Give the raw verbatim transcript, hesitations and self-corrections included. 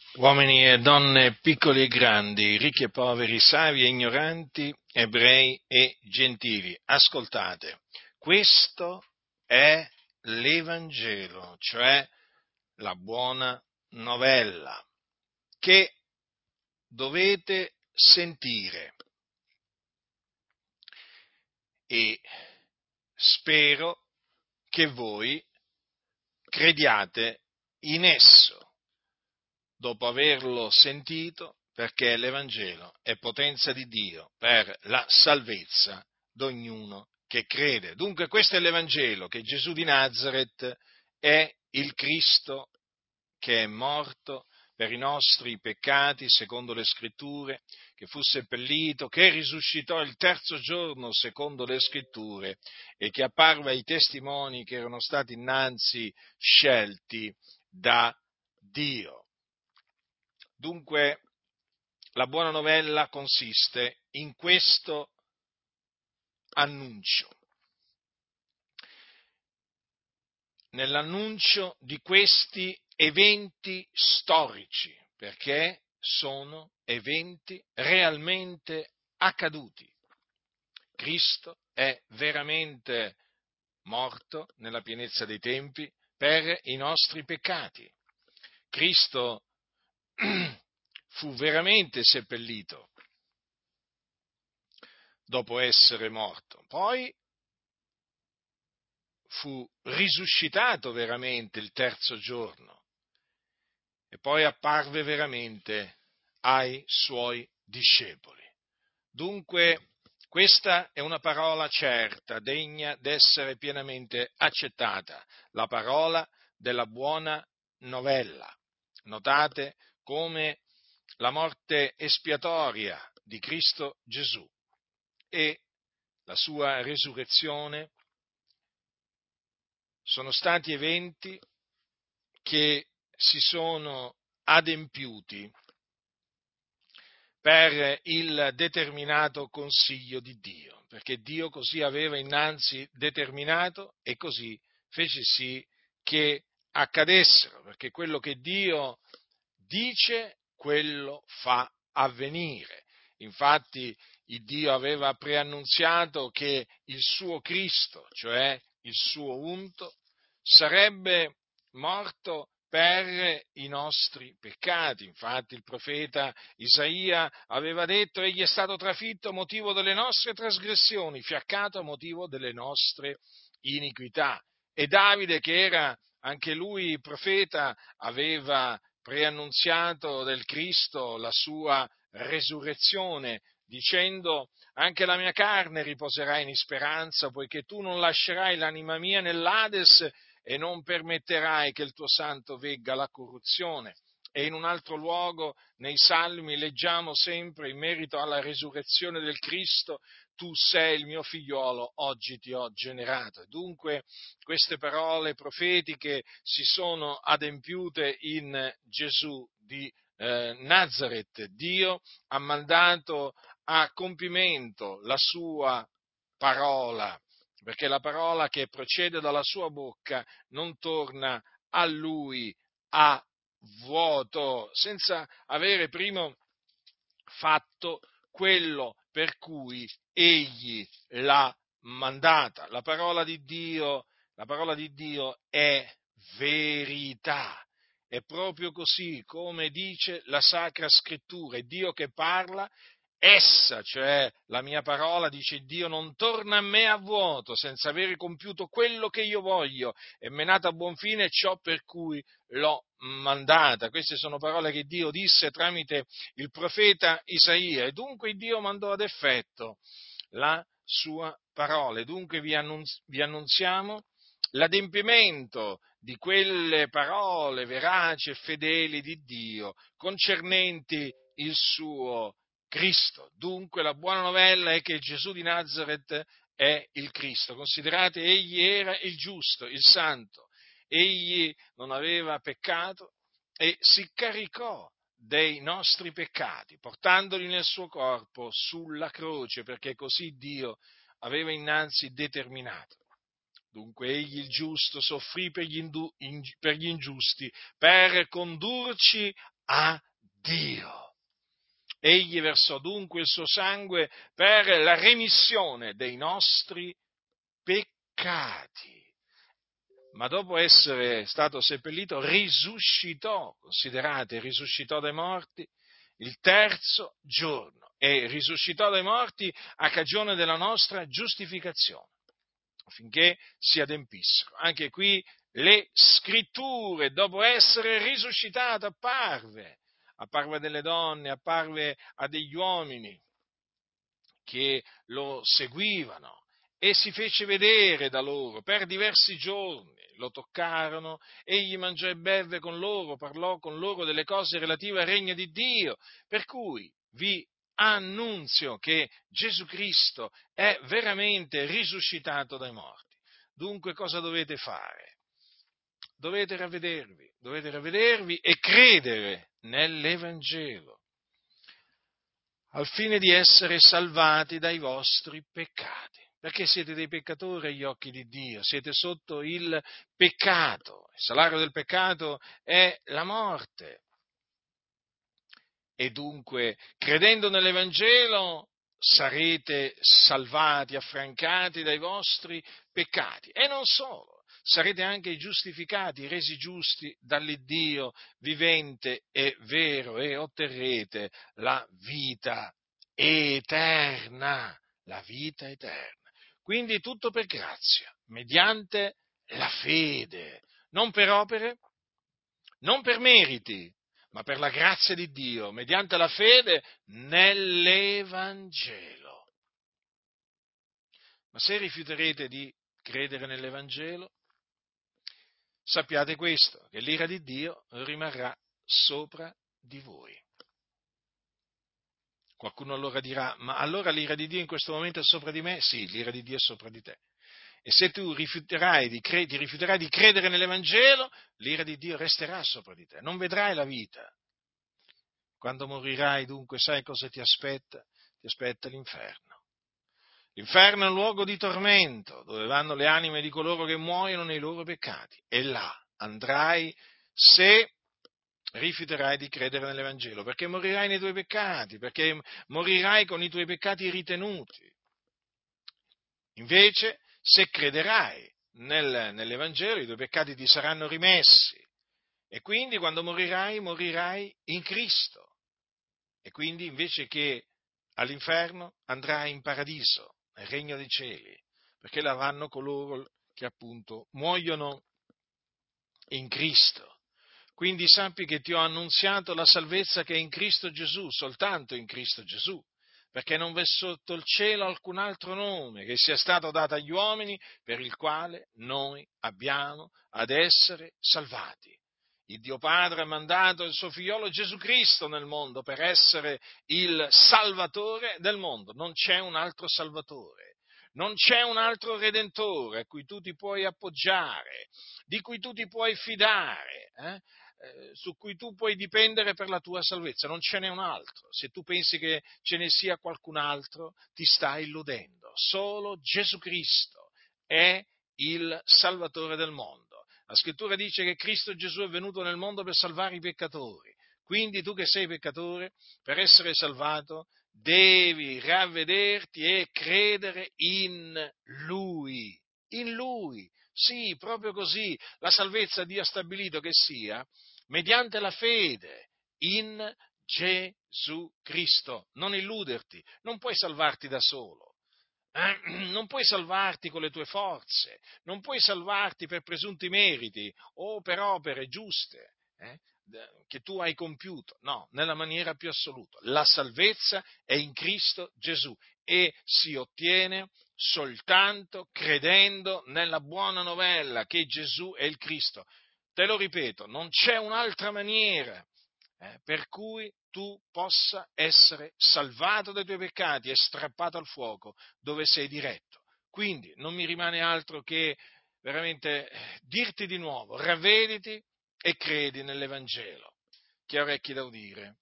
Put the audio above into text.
Uomini e donne, piccoli e grandi, ricchi e poveri, savi e ignoranti, ebrei e gentili, ascoltate, questo è l'Evangelo, cioè la buona novella, che dovete sentire e spero che voi crediate in esso dopo averlo sentito, perché l'Evangelo è potenza di Dio per la salvezza di ognuno che crede. Dunque questo è l'Evangelo, che Gesù di Nazaret è il Cristo che è morto per i nostri peccati, secondo le Scritture, che fu seppellito, che risuscitò il terzo giorno, secondo le Scritture, e che apparve ai testimoni che erano stati innanzi scelti da Dio. Dunque, la buona novella consiste in questo annuncio, nell'annuncio di questi eventi storici, perché sono eventi realmente accaduti. Cristo è veramente morto nella pienezza dei tempi per i nostri peccati. Cristo fu veramente seppellito dopo essere morto. Poi fu risuscitato veramente il terzo giorno e poi apparve veramente ai suoi discepoli. Dunque, questa è una parola certa, degna d'essere pienamente accettata, la parola della buona novella. Notate come la morte espiatoria di Cristo Gesù e la sua resurrezione sono stati eventi che si sono adempiuti per il determinato consiglio di Dio, perché Dio così aveva innanzi determinato e così fece sì che accadessero, perché quello che Dio dice, quello fa avvenire. Infatti il Dio aveva preannunziato che il suo Cristo, cioè il suo unto, sarebbe morto per i nostri peccati. Infatti il profeta Isaia aveva detto: egli è stato trafitto a motivo delle nostre trasgressioni, fiaccato a motivo delle nostre iniquità. E Davide, che era anche lui profeta, aveva preannunziato del Cristo la sua resurrezione, dicendo: anche la mia carne riposerà in speranza, poiché tu non lascerai l'anima mia nell'Ades e non permetterai che il tuo santo vegga la corruzione. E in un altro luogo, nei Salmi, leggiamo sempre in merito alla resurrezione del Cristo: tu sei il mio figliuolo, oggi ti ho generato. Dunque, queste parole profetiche si sono adempiute in Gesù di eh, Nazaret. Dio ha mandato a compimento la sua parola, perché la parola che procede dalla sua bocca non torna a lui a vuoto, senza avere prima fatto quello per cui egli l'ha mandata. La parola di Dio, la parola di Dio è verità. È proprio così come dice la Sacra Scrittura, è Dio che parla. Essa, cioè la mia parola, dice Dio, non torna a me a vuoto, senza avere compiuto quello che io voglio e menata a buon fine ciò per cui l'ho mandata. Queste sono parole che Dio disse tramite il profeta Isaia, e dunque Dio mandò ad effetto la sua parola. E dunque vi, annunzi, vi annunziamo l'adempimento di quelle parole veraci e fedeli di Dio concernenti il suo Cristo. Dunque la buona novella è che Gesù di Nazaret è il Cristo. Considerate, egli era il giusto, il santo, egli non aveva peccato e si caricò dei nostri peccati, portandoli nel suo corpo sulla croce, perché così Dio aveva innanzi determinato. Dunque egli il giusto soffrì per gli, indu- in- per gli ingiusti, per condurci a Dio. Egli versò dunque il suo sangue per la remissione dei nostri peccati. Ma dopo essere stato seppellito, risuscitò, considerate, risuscitò dai morti il terzo giorno e risuscitò dai morti a cagione della nostra giustificazione, affinché si adempissero. Anche qui le scritture, dopo essere risuscitato, apparve, apparve a delle donne, apparve a degli uomini che lo seguivano e si fece vedere da loro per diversi giorni, lo toccarono, egli mangiò e bevve con loro, parlò con loro delle cose relative al regno di Dio, per cui vi annunzio che Gesù Cristo è veramente risuscitato dai morti. Dunque cosa dovete fare? Dovete ravvedervi, dovete ravvedervi e credere nell'Evangelo, al fine di essere salvati dai vostri peccati, perché siete dei peccatori agli occhi di Dio, siete sotto il peccato, il salario del peccato è la morte. E dunque, credendo nell'Evangelo, sarete salvati, affrancati dai vostri peccati. E non solo, sarete anche giustificati, resi giusti dall'Iddio vivente e vero, e otterrete la vita eterna, la vita eterna. Quindi tutto per grazia, mediante la fede, non per opere, non per meriti, ma per la grazia di Dio, mediante la fede nell'Evangelo. Ma se rifiuterete di credere nell'Evangelo, sappiate questo, che l'ira di Dio rimarrà sopra di voi. Qualcuno allora dirà, ma allora l'ira di Dio in questo momento è sopra di me? Sì, l'ira di Dio è sopra di te. E se tu rifiuterai di, cre- ti rifiuterai di credere nell'Evangelo, l'ira di Dio resterà sopra di te, non vedrai la vita. Quando morirai, dunque, sai cosa ti aspetta? Ti aspetta l'inferno. L'inferno è un luogo di tormento, dove vanno le anime di coloro che muoiono nei loro peccati. E là andrai se rifiuterai di credere nell'Evangelo, perché morirai nei tuoi peccati, perché morirai con i tuoi peccati ritenuti. Invece, se crederai nel, nell'Evangelo, i tuoi peccati ti saranno rimessi. E quindi, quando morirai, morirai in Cristo. E quindi invece che all'inferno andrai in paradiso, nel regno dei cieli, perché là vanno coloro che appunto muoiono in Cristo. Quindi sappi che ti ho annunziato la salvezza che è in Cristo Gesù, soltanto in Cristo Gesù, perché non v'è sotto il cielo alcun altro nome che sia stato dato agli uomini per il quale noi abbiamo ad essere salvati. Il Dio Padre ha mandato il suo figliolo Gesù Cristo nel mondo per essere il Salvatore del mondo. Non c'è un altro Salvatore, non c'è un altro Redentore a cui tu ti puoi appoggiare, di cui tu ti puoi fidare, eh? Eh, su cui tu puoi dipendere per la tua salvezza. Non ce n'è un altro. Se tu pensi che ce ne sia qualcun altro, ti stai illudendo. Solo Gesù Cristo è il Salvatore del mondo. La scrittura dice che Cristo Gesù è venuto nel mondo per salvare i peccatori. Quindi tu che sei peccatore, per essere salvato, devi ravvederti e credere in Lui. In Lui. Sì, proprio così. La salvezza Dio ha stabilito che sia mediante la fede in Gesù Cristo. Non illuderti, non puoi salvarti da solo. Eh, non puoi salvarti con le tue forze, non puoi salvarti per presunti meriti o per opere giuste eh, che tu hai compiuto, no, nella maniera più assoluta. La salvezza è in Cristo Gesù e si ottiene soltanto credendo nella buona novella che Gesù è il Cristo. Te lo ripeto, non c'è un'altra maniera eh, per cui tu possa essere salvato dai tuoi peccati e strappato al fuoco dove sei diretto. Quindi non mi rimane altro che veramente eh, dirti di nuovo, ravvediti e credi nell'Evangelo. Chi ha orecchi da udire,